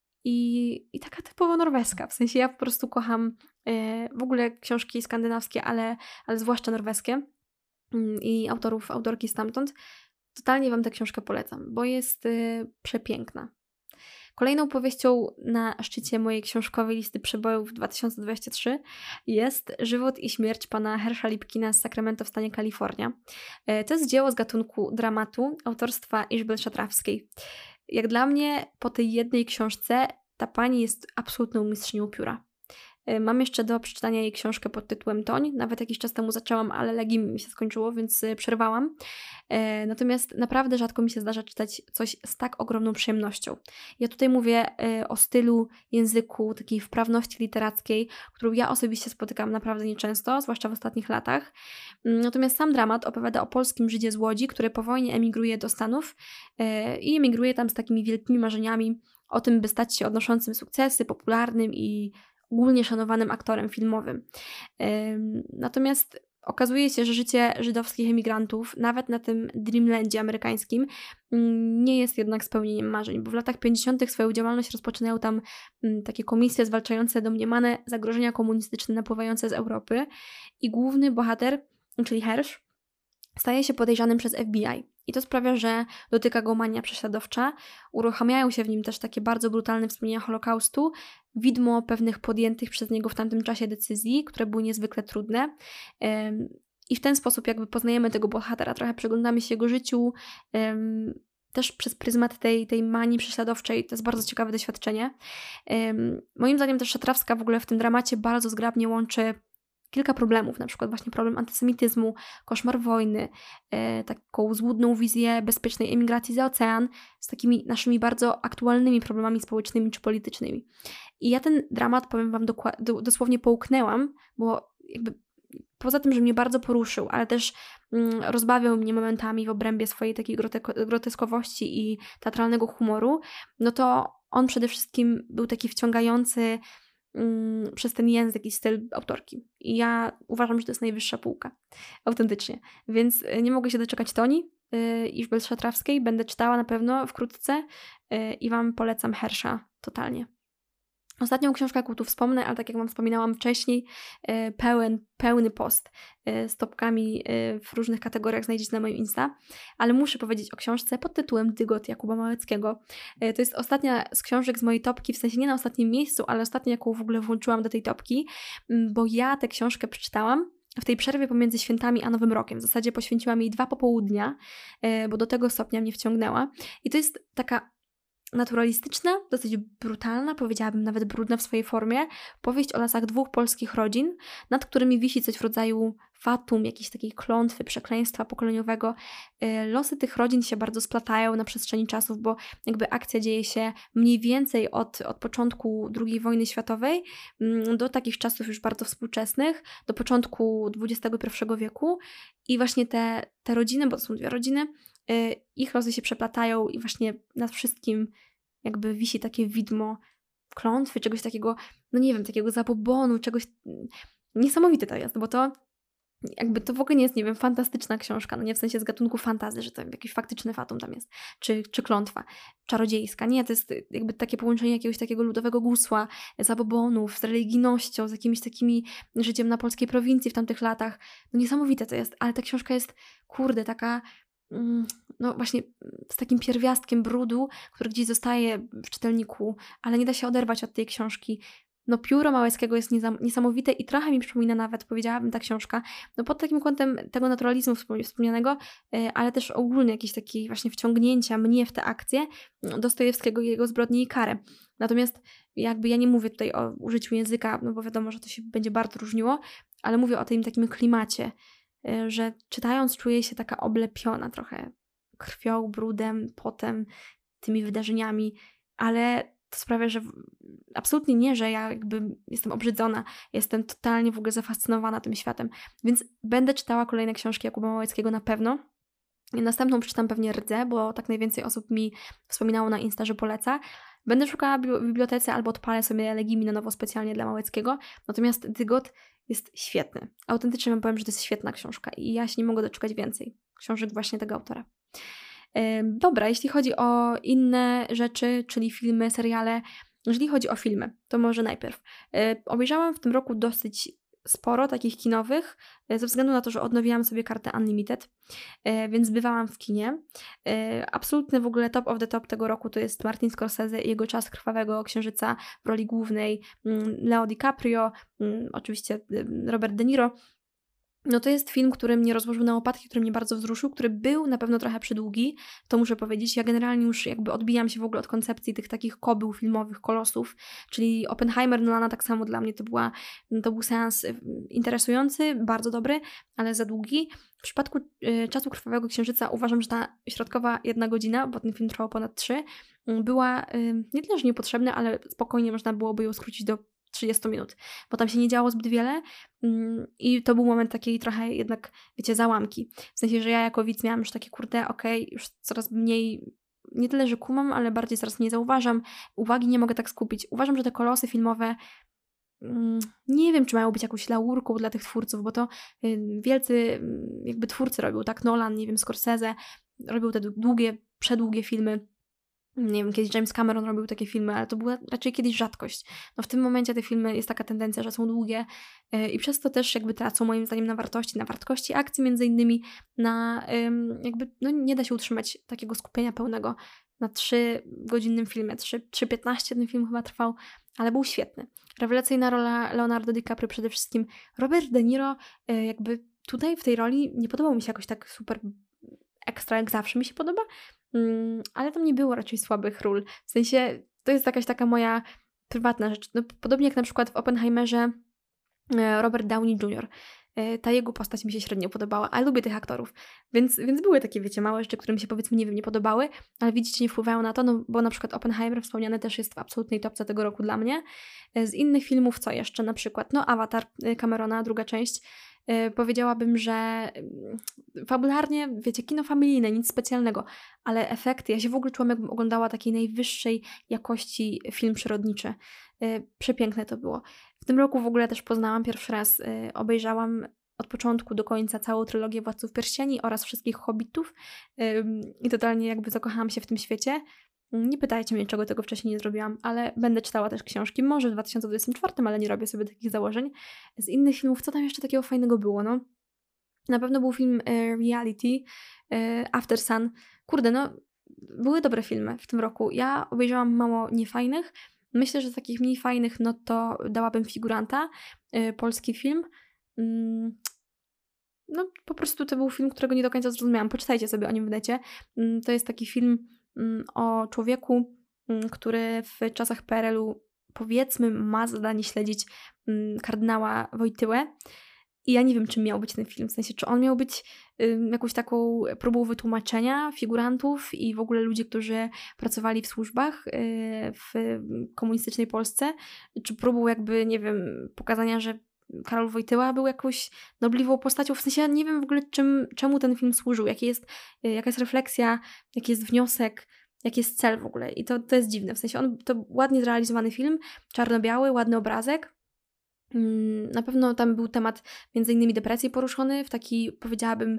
i taka typowo norweska. W sensie ja po prostu kocham w ogóle książki skandynawskie, ale zwłaszcza norweskie i autorki stamtąd. Totalnie Wam tę książkę polecam, bo jest przepiękna. Kolejną powieścią na szczycie mojej książkowej listy przebojów 2023 jest Żywot i śmierć pana Hersha Lipkina z Sacramento w stanie Kalifornia. To jest dzieło z gatunku dramatu autorstwa Izabel Szatrawskiej. Jak dla mnie po tej jednej książce ta pani jest absolutną mistrzynią pióra. Mam jeszcze do przeczytania jej książkę pod tytułem Toń. Nawet jakiś czas temu zaczęłam, ale legimi mi się skończyło, więc przerwałam. Natomiast naprawdę rzadko mi się zdarza czytać coś z tak ogromną przyjemnością. Ja tutaj mówię o stylu, języku, takiej wprawności literackiej, którą ja osobiście spotykam naprawdę nieczęsto, zwłaszcza w ostatnich latach. Natomiast sam dramat opowiada o polskim Żydzie z Łodzi, który po wojnie emigruje do Stanów i emigruje tam z takimi wielkimi marzeniami o tym, by stać się odnoszącym sukcesy, popularnym i ogólnie szanowanym aktorem filmowym. Natomiast okazuje się, że życie żydowskich emigrantów, nawet na tym Dreamlandzie amerykańskim, nie jest jednak spełnieniem marzeń, bo w latach 50. swoją działalność rozpoczynają tam takie komisje zwalczające domniemane zagrożenia komunistyczne napływające z Europy i główny bohater, czyli Hersh, staje się podejrzanym przez FBI. I to sprawia, że dotyka go mania prześladowcza, uruchamiają się w nim też takie bardzo brutalne wspomnienia Holokaustu, widmo pewnych podjętych przez niego w tamtym czasie decyzji, które były niezwykle trudne. I w ten sposób jakby poznajemy tego bohatera, trochę przyglądamy się jego życiu, też przez pryzmat tej manii prześladowczej. To jest bardzo ciekawe doświadczenie. Moim zdaniem też Szatrawska w ogóle w tym dramacie bardzo zgrabnie łączy kilka problemów, na przykład właśnie problem antysemityzmu, koszmar wojny, taką złudną wizję bezpiecznej emigracji za ocean z takimi naszymi bardzo aktualnymi problemami społecznymi czy politycznymi. I ja ten dramat, powiem Wam, dosłownie połknęłam, bo jakby poza tym, że mnie bardzo poruszył, ale też rozbawiał mnie momentami w obrębie swojej takiej groteskowości i teatralnego humoru, no to on przede wszystkim był taki wciągający przez ten język i styl autorki. I ja uważam, że to jest najwyższa półka. Autentycznie. Więc nie mogę się doczekać Toni Izabel Szatrawskiej. Będę czytała na pewno wkrótce i Wam polecam Hersha totalnie. Ostatnią książkę, jaką tu wspomnę, ale tak jak Wam wspominałam wcześniej, pełny post z topkami w różnych kategoriach znajdziecie na moim Insta, ale muszę powiedzieć o książce pod tytułem Dygot Jakuba Małeckiego. To jest ostatnia z książek z mojej topki, w sensie nie na ostatnim miejscu, ale ostatnia, jaką w ogóle włączyłam do tej topki, bo ja tę książkę przeczytałam w tej przerwie pomiędzy świętami a Nowym Rokiem. W zasadzie poświęciłam jej 2 popołudnia, bo do tego stopnia mnie wciągnęła. I to jest taka naturalistyczna, dosyć brutalna, powiedziałabym nawet brudna w swojej formie, powieść o losach 2 polskich rodzin, nad którymi wisi coś w rodzaju fatum, jakiejś takiej klątwy, przekleństwa pokoleniowego. Losy tych rodzin się bardzo splatają na przestrzeni czasów, bo jakby akcja dzieje się mniej więcej od początku II wojny światowej do takich czasów już bardzo współczesnych, do początku XXI wieku i właśnie te rodziny, bo to są 2 rodziny, ich losy się przeplatają i właśnie nad wszystkim jakby wisi takie widmo klątwy, czegoś takiego, no nie wiem, takiego zabobonu, czegoś... Niesamowite to jest, bo to jakby to w ogóle nie jest, nie wiem, fantastyczna książka, no nie w sensie z gatunku fantasy, że to jakiś faktyczny fatum tam jest, czy klątwa czarodziejska. Nie, to jest jakby takie połączenie jakiegoś takiego ludowego gusła, zabobonów, z religijnością, z jakimiś takimi życiem na polskiej prowincji w tamtych latach. No niesamowite to jest, ale ta książka jest, kurde, taka... No właśnie z takim pierwiastkiem brudu, który gdzieś zostaje w czytelniku, ale nie da się oderwać od tej książki. No Pióro Małeckiego jest niesamowite i trochę mi przypomina nawet, powiedziałabym, ta książka, no pod takim kątem tego naturalizmu wspomnianego, ale też ogólnie jakieś takie właśnie wciągnięcia mnie w tę akcję Dostojewskiego i jego Zbrodnię i karę. Natomiast jakby ja nie mówię tutaj o użyciu języka, no bo wiadomo, że to się będzie bardzo różniło, ale mówię o tym takim klimacie, że czytając czuję się taka oblepiona trochę krwią, brudem, potem, tymi wydarzeniami, ale to sprawia, że absolutnie nie, że ja jakby jestem obrzydzona, jestem totalnie w ogóle zafascynowana tym światem, więc będę czytała kolejne książki Jakuba Małeckiego na pewno. Następną przeczytam pewnie Rdzę, bo tak najwięcej osób mi wspominało na Insta, że poleca. Będę szukała w bibliotece albo odpalę sobie Legimi na nowo specjalnie dla Małeckiego, natomiast Dygot jest świetny. Autentycznie wam powiem, że to jest świetna książka i ja się nie mogę doczekać więcej książek właśnie tego autora. Dobra, jeśli chodzi o inne rzeczy, czyli filmy, seriale, jeżeli chodzi o filmy, to może najpierw. Obejrzałam w tym roku dosyć sporo takich kinowych, ze względu na to, że odnowiłam sobie kartę Unlimited, więc bywałam w kinie. Absolutny w ogóle top of the top tego roku to jest Martin Scorsese i jego Czas krwawego księżyca w roli głównej, Leo DiCaprio, oczywiście Robert De Niro. No to jest film, który mnie rozłożył na łopatki, który mnie bardzo wzruszył, który był na pewno trochę przydługi, to muszę powiedzieć. Ja generalnie już jakby odbijam się w ogóle od koncepcji tych takich kobył filmowych, kolosów, czyli Oppenheimer Nolana tak samo dla mnie to był seans interesujący, bardzo dobry, ale za długi. W przypadku Czasu krwawego księżyca uważam, że ta środkowa 1 godzina, bo ten film trwał ponad 3, była nie tyle, że niepotrzebna, ale spokojnie można byłoby ją skrócić do 30 minut, bo tam się nie działo zbyt wiele i to był moment takiej trochę jednak, wiecie, załamki. W sensie, że ja jako widz miałam już takie, kurde, okej, już coraz mniej, nie tyle, że kumam, ale bardziej coraz mniej zauważam, uwagi nie mogę tak skupić. Uważam, że te kolosy filmowe nie wiem, czy mają być jakąś laurką dla tych twórców, bo to wielcy jakby twórcy robią, tak? Nolan, nie wiem, Scorsese, robią te długie, przedługie filmy. Nie wiem, kiedyś James Cameron robił takie filmy, ale to była raczej kiedyś rzadkość. No w tym momencie te filmy jest taka tendencja, że są długie i przez to też jakby tracą moim zdaniem na wartości akcji między innymi, jakby no nie da się utrzymać takiego skupienia pełnego na 3-godzinnym filmie. 3:15 ten film chyba trwał, ale był świetny. Rewelacyjna rola Leonardo DiCaprio przede wszystkim. Robert De Niro jakby tutaj w tej roli nie podobał mi się jakoś tak super ekstra, jak zawsze mi się podoba, ale tam nie było raczej słabych ról. W sensie to jest jakaś taka moja prywatna rzecz. No, podobnie jak na przykład w Oppenheimerze Robert Downey Jr. Ta jego postać mi się średnio podobała, ale lubię tych aktorów. Więc były takie, wiecie, małe rzeczy, które mi się powiedzmy, nie wiem, nie podobały, ale widzicie, nie wpływają na to, no bo na przykład Oppenheimer wspomniany też jest w absolutnej topce tego roku dla mnie. Z innych filmów co jeszcze? Na przykład, no Avatar Camerona, druga część. Powiedziałabym, że fabularnie, wiecie, kino familijne, nic specjalnego, ale efekty, ja się w ogóle czułam, jakbym oglądała takiej najwyższej jakości film przyrodniczy. Przepiękne to było. W tym roku w ogóle też poznałam pierwszy raz, obejrzałam od początku do końca całą trylogię Władców Pierścieni oraz wszystkich Hobbitów i totalnie jakby zakochałam się w tym świecie. Nie pytajcie mnie, czego tego wcześniej nie zrobiłam, ale będę czytała też książki, może w 2024, ale nie robię sobie takich założeń. Z innych filmów, co tam jeszcze takiego fajnego było, no? Na pewno był film Reality, After Sun. Kurde, no, były dobre filmy w tym roku. Ja obejrzałam mało niefajnych. Myślę, że z takich mniej fajnych, no to dałabym Figuranta, polski film. No, po prostu to był film, którego nie do końca zrozumiałam. Poczytajcie sobie o nim w necie. To jest taki film o człowieku, który w czasach PRL-u, powiedzmy, ma zadanie śledzić kardynała Wojtyłę. I ja nie wiem, czym miał być ten film, w sensie, czy on miał być jakąś taką próbą wytłumaczenia figurantów i w ogóle ludzi, którzy pracowali w służbach w komunistycznej Polsce, czy próbą jakby, nie wiem, pokazania, że Karol Wojtyła był jakąś nobliwą postacią, w sensie ja nie wiem w ogóle czemu ten film służył, jaka jest refleksja, jaki jest wniosek, jaki jest cel w ogóle i to jest dziwne, w sensie to ładnie zrealizowany film, czarno-biały, ładny obrazek, Na pewno tam był temat między innymi depresji poruszony w taki, powiedziałabym,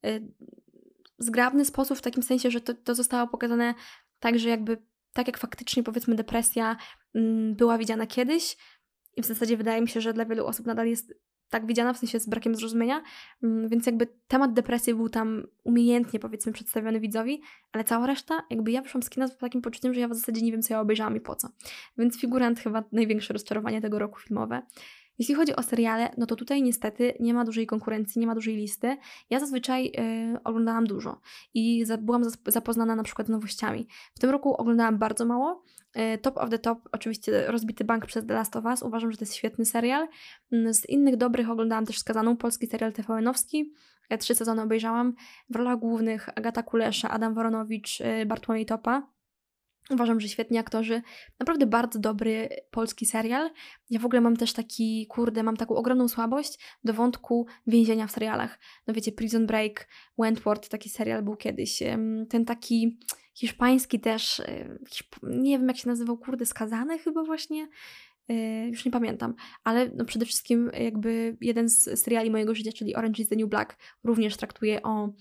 zgrabny sposób, w takim sensie, że to zostało pokazane tak, że jakby tak jak faktycznie powiedzmy depresja była widziana kiedyś i w zasadzie wydaje mi się, że dla wielu osób nadal jest tak widziana, w sensie z brakiem zrozumienia, więc jakby temat depresji był tam umiejętnie powiedzmy przedstawiony widzowi, ale cała reszta, jakby ja wyszłam z kina z takim poczuciem, że ja w zasadzie nie wiem, co ja obejrzałam i po co. Więc Figurant chyba największe rozczarowanie tego roku filmowe. Jeśli chodzi o seriale, no to tutaj niestety nie ma dużej konkurencji, nie ma dużej listy. Ja zazwyczaj oglądałam dużo i byłam zapoznana na przykład z nowościami. W tym roku oglądałam bardzo mało. Top of the top, oczywiście Rozbity Bank przez The Last of Us. Uważam, że to jest świetny serial. Z innych dobrych oglądałam też Skazaną, polski serial TVN-owski. 3 sezony obejrzałam. W rolach głównych Agata Kulesza, Adam Woronowicz, Bartłomiej Topa. Uważam, że świetni aktorzy. Naprawdę bardzo dobry polski serial. Ja w ogóle mam też mam taką ogromną słabość do wątku więzienia w serialach. No wiecie, Prison Break, Wentworth, taki serial był kiedyś. Ten taki hiszpański też, nie wiem jak się nazywał, Skazany chyba właśnie. Już nie pamiętam, ale no przede wszystkim jakby jeden z seriali mojego życia, czyli Orange is the New Black, również traktuje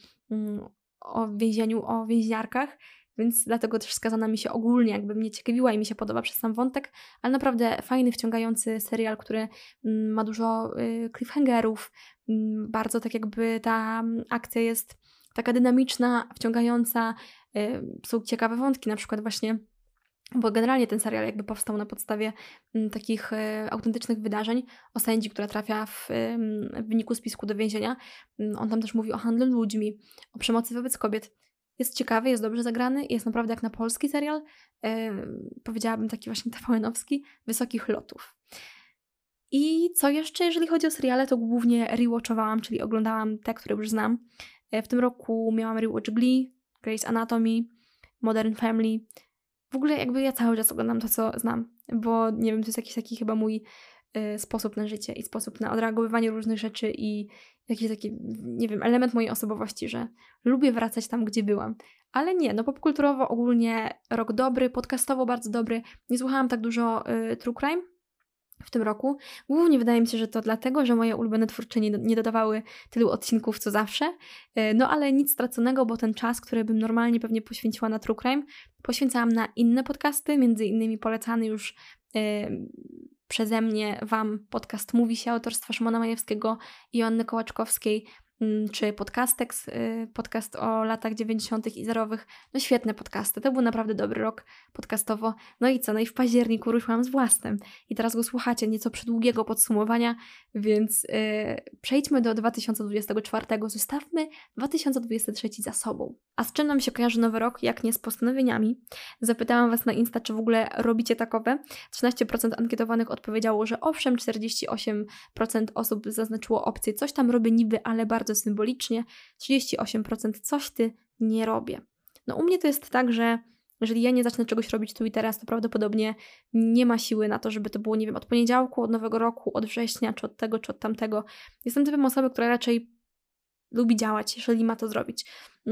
o więzieniu, o więźniarkach. Więc dlatego też Skazana mi się ogólnie jakby mnie ciekawiła i mi się podoba przez sam wątek, ale naprawdę fajny, wciągający serial, który ma dużo cliffhangerów, bardzo tak jakby ta akcja jest taka dynamiczna, wciągająca, są ciekawe wątki, na przykład właśnie, bo generalnie ten serial jakby powstał na podstawie takich autentycznych wydarzeń o sędzi, która trafia w wyniku spisku do więzienia. On tam też mówi o handlu ludźmi, o przemocy wobec kobiet. Jest ciekawy, jest dobrze zagrany, jest naprawdę jak na polski serial, powiedziałabym taki właśnie TVN-owski, wysokich lotów. I co jeszcze, jeżeli chodzi o seriale, to głównie rewatchowałam, czyli oglądałam te, które już znam. W tym roku miałam rewatch Glee, Grey's Anatomy, Modern Family. W ogóle jakby ja cały czas oglądam to, co znam, bo nie wiem, to jest jakiś taki chyba mój sposób na życie i sposób na odreagowywanie różnych rzeczy i jakiś taki, nie wiem, element mojej osobowości, że lubię wracać tam, gdzie byłam. Ale nie, no popkulturowo ogólnie rok dobry, podcastowo bardzo dobry. Nie słuchałam tak dużo true crime w tym roku. Głównie wydaje mi się, że to dlatego, że moje ulubione twórczynie nie dodawały tylu odcinków co zawsze. No ale nic straconego, bo ten czas, który bym normalnie pewnie poświęciła na true crime, poświęcałam na inne podcasty, między innymi polecany już przeze mnie Wam podcast Mówi się autorstwa Szymona Majewskiego i Joanny Kołaczkowskiej, czy Podcastex, podcast o latach 90. i zerowych. No świetne podcasty, to był naprawdę dobry rok podcastowo. No i co? No i w październiku ruszyłam z własnym. I teraz go słuchacie, nieco przydługiego podsumowania, więc przejdźmy do 2024. Zostawmy 2023 za sobą. A z czym nam się kojarzy nowy rok, jak nie z postanowieniami? Zapytałam Was na Insta, czy w ogóle robicie takowe. 13% ankietowanych odpowiedziało, że owszem, 48% osób zaznaczyło opcję coś tam robię niby, ale bardzo symbolicznie, 38% coś ty nie robię. No u mnie to jest tak, że jeżeli ja nie zacznę czegoś robić tu i teraz, to prawdopodobnie nie ma siły na to, żeby to było, nie wiem, od poniedziałku, od nowego roku, od września, czy od tego, czy od tamtego. Jestem typem osoby, która raczej lubi działać, jeżeli ma to zrobić.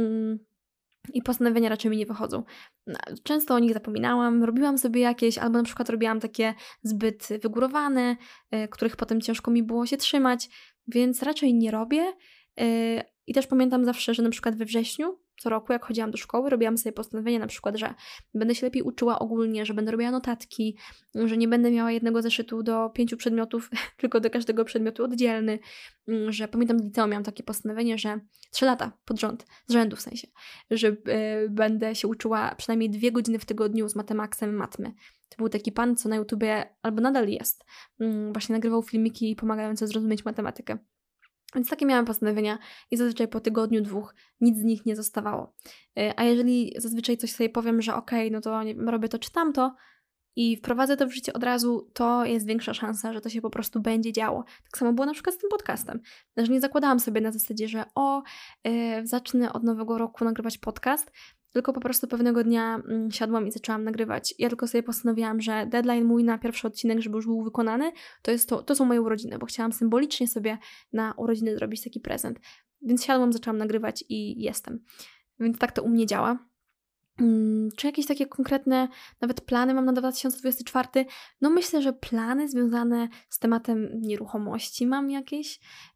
I postanowienia raczej mi nie wychodzą. Często o nich zapominałam, robiłam sobie jakieś, albo na przykład robiłam takie zbyt wygórowane, których potem ciężko mi było się trzymać, więc raczej nie robię. I też pamiętam zawsze, że na przykład we wrześniu co roku, jak chodziłam do szkoły, robiłam sobie postanowienie na przykład, że będę się lepiej uczyła ogólnie, że będę robiła notatki, że nie będę miała jednego zeszytu do 5 przedmiotów, tylko do każdego przedmiotu oddzielny, że pamiętam w liceum miałam takie postanowienie, że 3 lata z rzędu w sensie, że będę się uczyła przynajmniej 2 godziny w tygodniu z matemaksem matmy. To był taki pan, co na YouTubie, albo nadal jest, właśnie nagrywał filmiki pomagające zrozumieć matematykę. Więc takie miałam postanowienia i zazwyczaj po tygodniu, 2 nic z nich nie zostawało. A jeżeli zazwyczaj coś sobie powiem, że okej, no to nie wiem, robię to czy tamto i wprowadzę to w życie od razu, to jest większa szansa, że to się po prostu będzie działo. Tak samo było na przykład z tym podcastem. Że nie zakładałam sobie na zasadzie, że zacznę od nowego roku nagrywać podcast, tylko po prostu pewnego dnia siadłam i zaczęłam nagrywać. Ja tylko sobie postanowiłam, że deadline mój na pierwszy odcinek, żeby już był wykonany, to są moje urodziny, bo chciałam symbolicznie sobie na urodziny zrobić taki prezent. Więc siadłam, zaczęłam nagrywać i jestem. Więc tak to u mnie działa. Czy jakieś takie konkretne nawet plany mam na 2024? No myślę, że plany związane z tematem nieruchomości mam jakieś,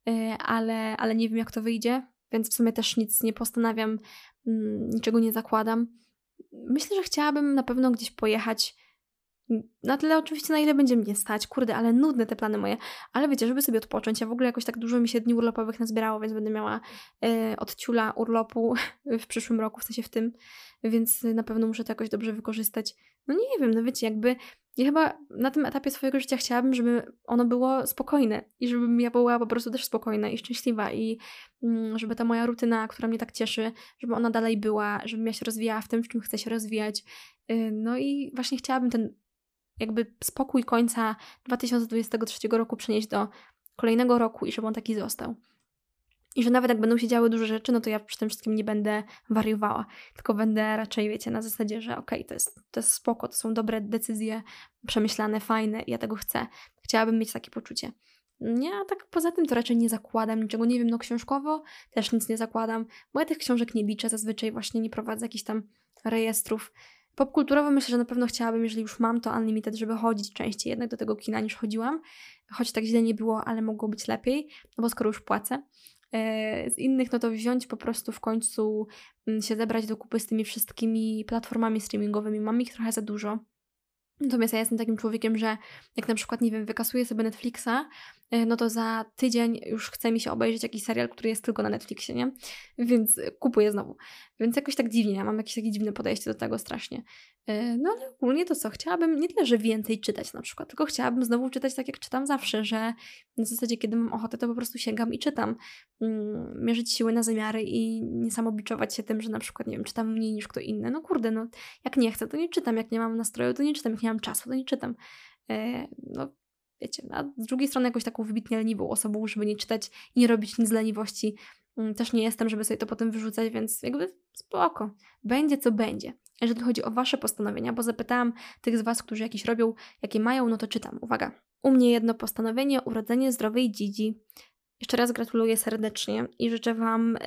ale nie wiem jak to wyjdzie, więc w sumie też nic nie postanawiam, niczego nie zakładam. Myślę, że chciałabym na pewno gdzieś pojechać, na tyle oczywiście, na ile będzie mnie stać. Kurde, ale nudne te plany moje. Ale wiecie, żeby sobie odpocząć. Ja w ogóle jakoś tak dużo mi się dni urlopowych nazbierało, więc będę miała od ciula urlopu w przyszłym roku, w sensie w tym. Więc na pewno muszę to jakoś dobrze wykorzystać. No nie wiem, no wiecie, jakby ja chyba na tym etapie swojego życia chciałabym, żeby ono było spokojne i żebym ja była po prostu też spokojna i szczęśliwa i żeby ta moja rutyna, która mnie tak cieszy, żeby ona dalej była, żebym ja się rozwijała w tym, w czym chcę się rozwijać. No i właśnie chciałabym ten jakby spokój końca 2023 roku przenieść do kolejnego roku i żeby on taki został. I że nawet jak będą się działy duże rzeczy, no to ja przy tym wszystkim nie będę wariowała, tylko będę raczej, wiecie, na zasadzie, że okej, to jest spoko, to są dobre decyzje, przemyślane, fajne, ja tego chcę. Chciałabym mieć takie poczucie. Nie, a tak poza tym to raczej nie zakładam niczego, nie wiem, no książkowo też nic nie zakładam, bo ja tych książek nie liczę, zazwyczaj właśnie nie prowadzę jakichś tam rejestrów. Popkulturowo myślę, że na pewno chciałabym, jeżeli już mam to Unlimited, żeby chodzić częściej jednak do tego kina niż chodziłam, choć tak źle nie było, ale mogło być lepiej, no bo skoro już płacę. Z innych, no to wziąć po prostu w końcu się zebrać do kupy z tymi wszystkimi platformami streamingowymi. Mam ich trochę za dużo. Natomiast ja jestem takim człowiekiem, że jak na przykład, nie wiem, wykasuję sobie Netflixa, no to za tydzień już chce mi się obejrzeć jakiś serial, który jest tylko na Netflixie, nie? Więc kupuję znowu. Więc jakoś tak dziwnie, ja mam jakieś takie dziwne podejście do tego strasznie. No ale ogólnie to co? Chciałabym nie tyle, że więcej czytać na przykład, tylko chciałabym znowu czytać tak jak czytam zawsze, że na zasadzie kiedy mam ochotę, to po prostu sięgam i czytam. Mierzyć siły na zamiary i nie samobiczować się tym, że na przykład, nie wiem, czytam mniej niż kto inny. No kurde, no jak nie chcę, to nie czytam, jak nie mam nastroju, to nie czytam, jak nie mam czasu, to nie czytam. No wiecie, a z drugiej strony jakoś taką wybitnie leniwą osobą, żeby nie czytać i nie robić nic z leniwości. Też nie jestem, żeby sobie to potem wyrzucać, więc jakby spoko. Będzie co będzie. Jeżeli chodzi o Wasze postanowienia, bo zapytałam tych z Was, którzy jakieś robią, jakie mają, no to czytam. Uwaga. U mnie jedno postanowienie, urodzenie zdrowej dzidzi. Jeszcze raz gratuluję serdecznie i życzę Wam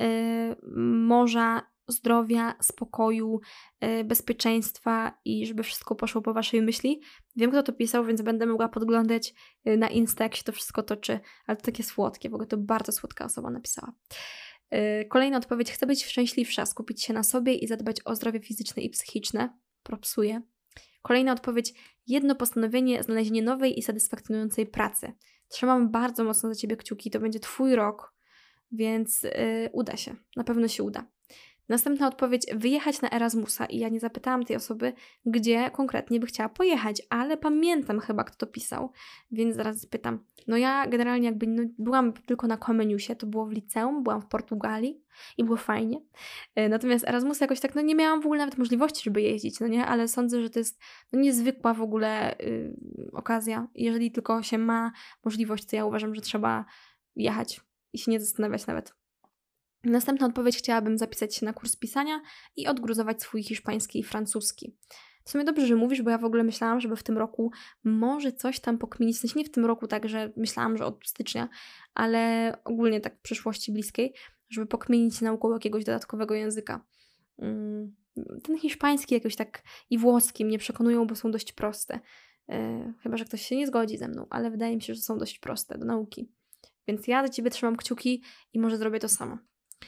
morza, zdrowia, spokoju, bezpieczeństwa i żeby wszystko poszło po Waszej myśli. Wiem, kto to pisał, więc będę mogła podglądać na Insta, jak się to wszystko toczy, ale to takie słodkie, w ogóle to bardzo słodka osoba napisała. Kolejna odpowiedź. Chcę być szczęśliwsza, skupić się na sobie i zadbać o zdrowie fizyczne i psychiczne. Propsuję. Kolejna odpowiedź. Jedno postanowienie, znalezienie nowej i satysfakcjonującej pracy. Trzymam bardzo mocno za Ciebie kciuki, to będzie Twój rok, więc uda się. Na pewno się uda. Następna odpowiedź, wyjechać na Erasmusa i ja nie zapytałam tej osoby, gdzie konkretnie by chciała pojechać, ale pamiętam chyba, kto to pisał, więc zaraz spytam. No ja generalnie jakby byłam tylko na Comeniusie, to było w liceum, byłam w Portugalii i było fajnie. Natomiast Erasmusa jakoś tak, no nie miałam w ogóle nawet możliwości, żeby jeździć, no nie, ale sądzę, że to jest niezwykła w ogóle okazja. Jeżeli tylko się ma możliwość, to ja uważam, że trzeba jechać i się nie zastanawiać nawet. Następna odpowiedź, chciałabym zapisać się na kurs pisania i odgruzować swój hiszpański i francuski. W sumie dobrze, że mówisz, bo ja w ogóle myślałam, żeby w tym roku może coś tam pokminić, w sensie nie w tym roku tak, że myślałam, że od stycznia, ale ogólnie tak w przyszłości bliskiej, żeby pokminić nauką jakiegoś dodatkowego języka. Ten hiszpański jakoś tak i włoski mnie przekonują, bo są dość proste. Chyba że ktoś się nie zgodzi ze mną, ale wydaje mi się, że są dość proste do nauki. Więc ja do Ciebie trzymam kciuki i może zrobię to samo.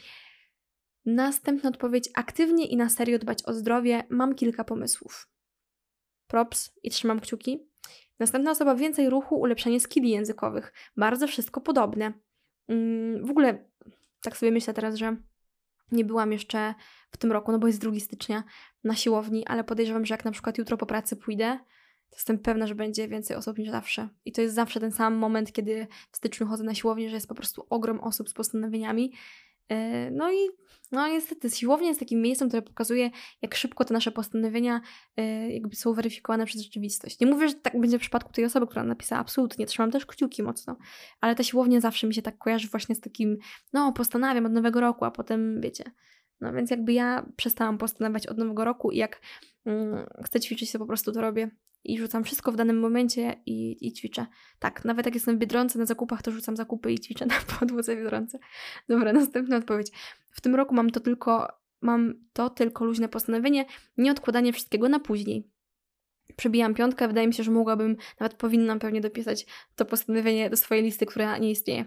Następna odpowiedź. Aktywnie i na serio dbać o zdrowie. Mam kilka pomysłów. Props i trzymam kciuki. Następna osoba. Więcej ruchu, ulepszenie skilli językowych. Bardzo wszystko podobne. W ogóle tak sobie myślę teraz, że nie byłam jeszcze w tym roku, no bo jest 2 stycznia na siłowni, ale podejrzewam, że jak na przykład jutro po pracy pójdę, to jestem pewna, że będzie więcej osób niż zawsze. I to jest zawsze ten sam moment, kiedy w styczniu chodzę na siłownię, że jest po prostu ogrom osób z postanowieniami. No i niestety siłownia jest takim miejscem, które pokazuje, jak szybko te nasze postanowienia jakby są weryfikowane przez rzeczywistość. Nie mówię, że tak będzie w przypadku tej osoby, która napisała, absolutnie, trzymam też kciuki mocno, ale ta siłownia zawsze mi się tak kojarzy właśnie z takim, no postanawiam od nowego roku, a potem wiecie. No więc jakby ja przestałam postanawiać od nowego roku i jak chcę ćwiczyć, to po prostu to robię. I rzucam wszystko w danym momencie i ćwiczę. Tak, nawet jak jestem w Biedronce na zakupach, to rzucam zakupy i ćwiczę na podłodze w Biedronce. Dobra, następna odpowiedź. W tym roku mam to tylko mam to tylko luźne postanowienie, nie odkładanie wszystkiego na później. Przebijam 5, wydaje mi się, że mogłabym, nawet powinnam pewnie dopisać to postanowienie do swojej listy, która nie istnieje.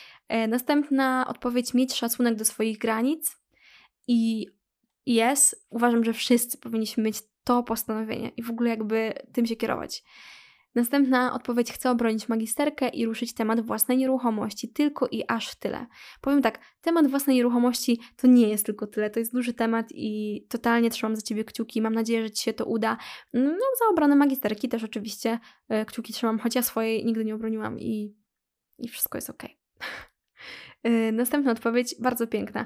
Następna odpowiedź: mieć szacunek do swoich granic. I uważam, że wszyscy powinniśmy mieć to postanowienie i w ogóle jakby tym się kierować. Następna odpowiedź: chcę obronić magisterkę i ruszyć temat własnej nieruchomości. Tylko i aż tyle. Powiem tak, temat własnej nieruchomości to nie jest tylko tyle, to jest duży temat i totalnie trzymam za Ciebie kciuki. Mam nadzieję, że Ci się to uda. No, za obronę magisterki też oczywiście kciuki trzymam, choć ja swojej nigdy nie obroniłam i wszystko jest okej. Następna odpowiedź, bardzo piękna.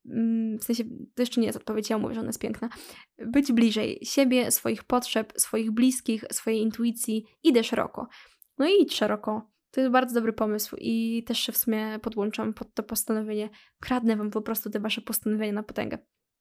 W sensie, to jeszcze nie jest odpowiedź, ja mówię, że ona jest piękna. Być bliżej siebie, swoich potrzeb, swoich bliskich, swojej intuicji. Idę szeroko. No i idź szeroko. To jest bardzo dobry pomysł i też się w sumie podłączam pod to postanowienie. Kradnę Wam po prostu te Wasze postanowienia na potęgę.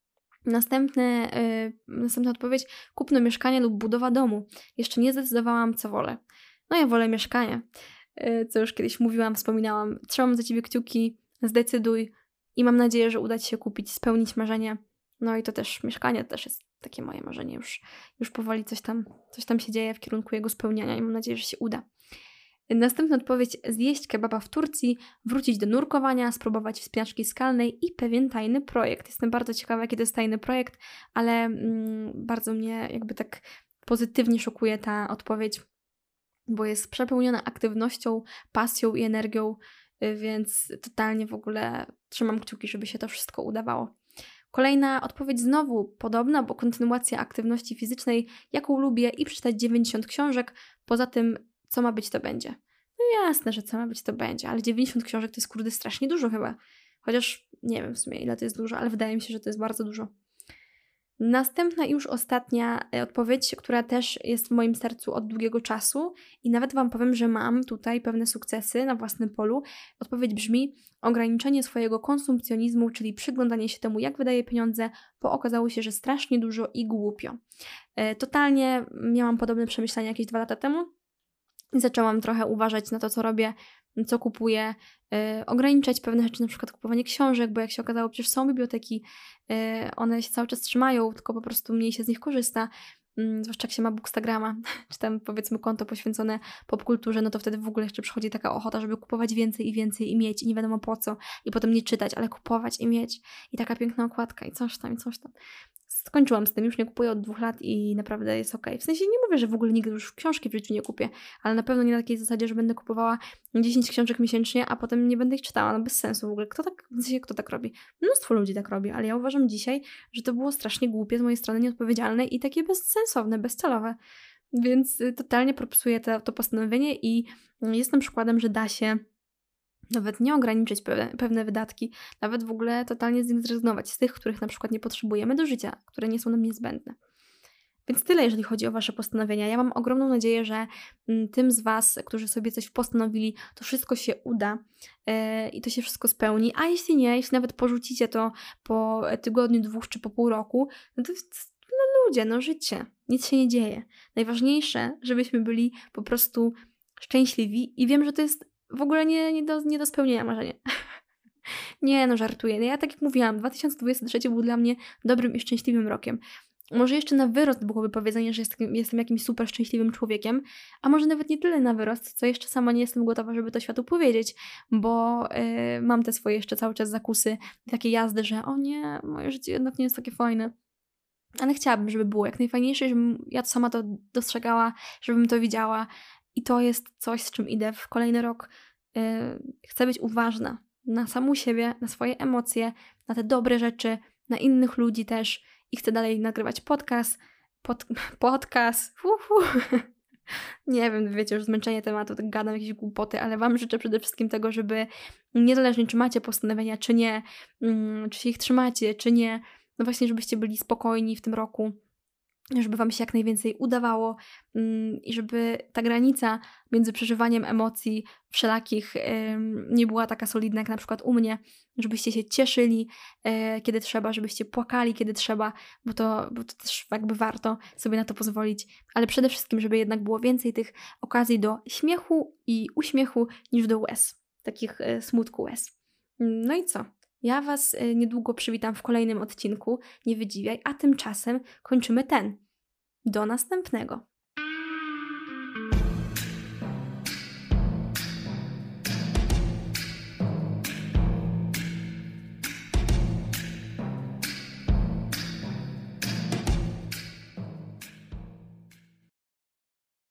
Następna odpowiedź: kupno mieszkania lub budowa domu. Jeszcze nie zdecydowałam, co wolę. No ja wolę mieszkanie. Co już kiedyś mówiłam, wspominałam. Trzymam za Ciebie kciuki, zdecyduj i mam nadzieję, że uda Ci się kupić, spełnić marzenie. No i to też mieszkanie też jest takie moje marzenie. Już powoli coś tam się dzieje w kierunku jego spełniania i mam nadzieję, że się uda. Następna odpowiedź: zjeść kebaba w Turcji, wrócić do nurkowania, spróbować wspinaczki skalnej i pewien tajny projekt. Jestem bardzo ciekawa, jaki to jest tajny projekt, ale bardzo mnie jakby tak pozytywnie szokuje ta odpowiedź, bo jest przepełniona aktywnością, pasją i energią, więc totalnie w ogóle trzymam kciuki, żeby się to wszystko udawało. Kolejna odpowiedź znowu podobna, bo kontynuacja aktywności fizycznej, jaką lubię, i przeczytać 90 książek. Poza tym, co ma być, to będzie. No jasne, że co ma być, to będzie, ale 90 książek to jest kurde strasznie dużo chyba. Chociaż nie wiem w sumie, ile to jest dużo, ale wydaje mi się, że to jest bardzo dużo. Następna i już ostatnia odpowiedź, która też jest w moim sercu od długiego czasu i nawet Wam powiem, że mam tutaj pewne sukcesy na własnym polu. Odpowiedź brzmi: ograniczenie swojego konsumpcjonizmu, czyli przyglądanie się temu, jak wydaję pieniądze, bo okazało się, że strasznie dużo i głupio. Totalnie miałam podobne przemyślenia jakieś 2 lata temu i zaczęłam trochę uważać na to, co robię, co kupuję, ograniczać pewne rzeczy, na przykład kupowanie książek, bo jak się okazało, przecież są biblioteki, one się cały czas trzymają, tylko po prostu mniej się z nich korzysta, zwłaszcza jak się ma Bookstagrama, czy tam powiedzmy konto poświęcone popkulturze, no to wtedy w ogóle jeszcze przychodzi taka ochota, żeby kupować więcej i więcej i mieć i nie wiadomo po co i potem nie czytać, ale kupować i mieć i taka piękna okładka i coś tam. Skończyłam z tym, już nie kupuję od 2 lat i naprawdę jest okej. W sensie nie mówię, że w ogóle nigdy już książki w życiu nie kupię, ale na pewno nie na takiej zasadzie, że będę kupowała 10 książek miesięcznie, a potem nie będę ich czytała. No bez sensu w ogóle. Kto tak robi? Mnóstwo ludzi tak robi, ale ja uważam dzisiaj, że to było strasznie głupie z mojej strony, nieodpowiedzialne i takie bezsensowne, bezcelowe. Więc totalnie propsuję to postanowienie i jestem przykładem, że da się nawet nie ograniczyć pewne wydatki, nawet w ogóle totalnie z nich zrezygnować, z tych, których na przykład nie potrzebujemy do życia, które nie są nam niezbędne. Więc tyle, jeżeli chodzi o Wasze postanowienia. Ja mam ogromną nadzieję, że tym z Was, którzy sobie coś postanowili, to wszystko się uda i to się wszystko spełni. A jeśli nie, jeśli nawet porzucicie to po tygodniu, 2 czy po pół roku, no to ludzie, życie. Nic się nie dzieje. Najważniejsze, żebyśmy byli po prostu szczęśliwi i wiem, że to jest w ogóle nie do spełnienia marzenie. Nie, żartuję. Ja tak jak mówiłam, 2023 był dla mnie dobrym i szczęśliwym rokiem. Może jeszcze na wyrost byłoby powiedzenie, że jestem jakimś super szczęśliwym człowiekiem, a może nawet nie tyle na wyrost, co jeszcze sama nie jestem gotowa, żeby to światu powiedzieć, bo mam te swoje jeszcze cały czas zakusy, takie jazdy, że o nie, moje życie jednak nie jest takie fajne. Ale chciałabym, żeby było jak najfajniejsze, żebym ja sama to dostrzegała, żebym to widziała i to jest coś, z czym idę w kolejny rok. Chcę być uważna na samą siebie, na swoje emocje, na te dobre rzeczy, na innych ludzi też i chcę dalej nagrywać podcast. Nie wiem, wiecie, już zmęczenie tematu, tak gadam jakieś głupoty, ale Wam życzę przede wszystkim tego, żeby niezależnie czy macie postanowienia, czy nie, czy się ich trzymacie, czy nie, no właśnie, żebyście byli spokojni w tym roku, żeby Wam się jak najwięcej udawało i żeby ta granica między przeżywaniem emocji wszelakich nie była taka solidna jak na przykład u mnie, żebyście się cieszyli kiedy trzeba, żebyście płakali kiedy trzeba, bo to też jakby warto sobie na to pozwolić, ale przede wszystkim, żeby jednak było więcej tych okazji do śmiechu i uśmiechu niż do łez, takich smutku łez. No i co? Ja Was niedługo przywitam w kolejnym odcinku Nie Wydziwiaj, a tymczasem kończymy ten. Do następnego.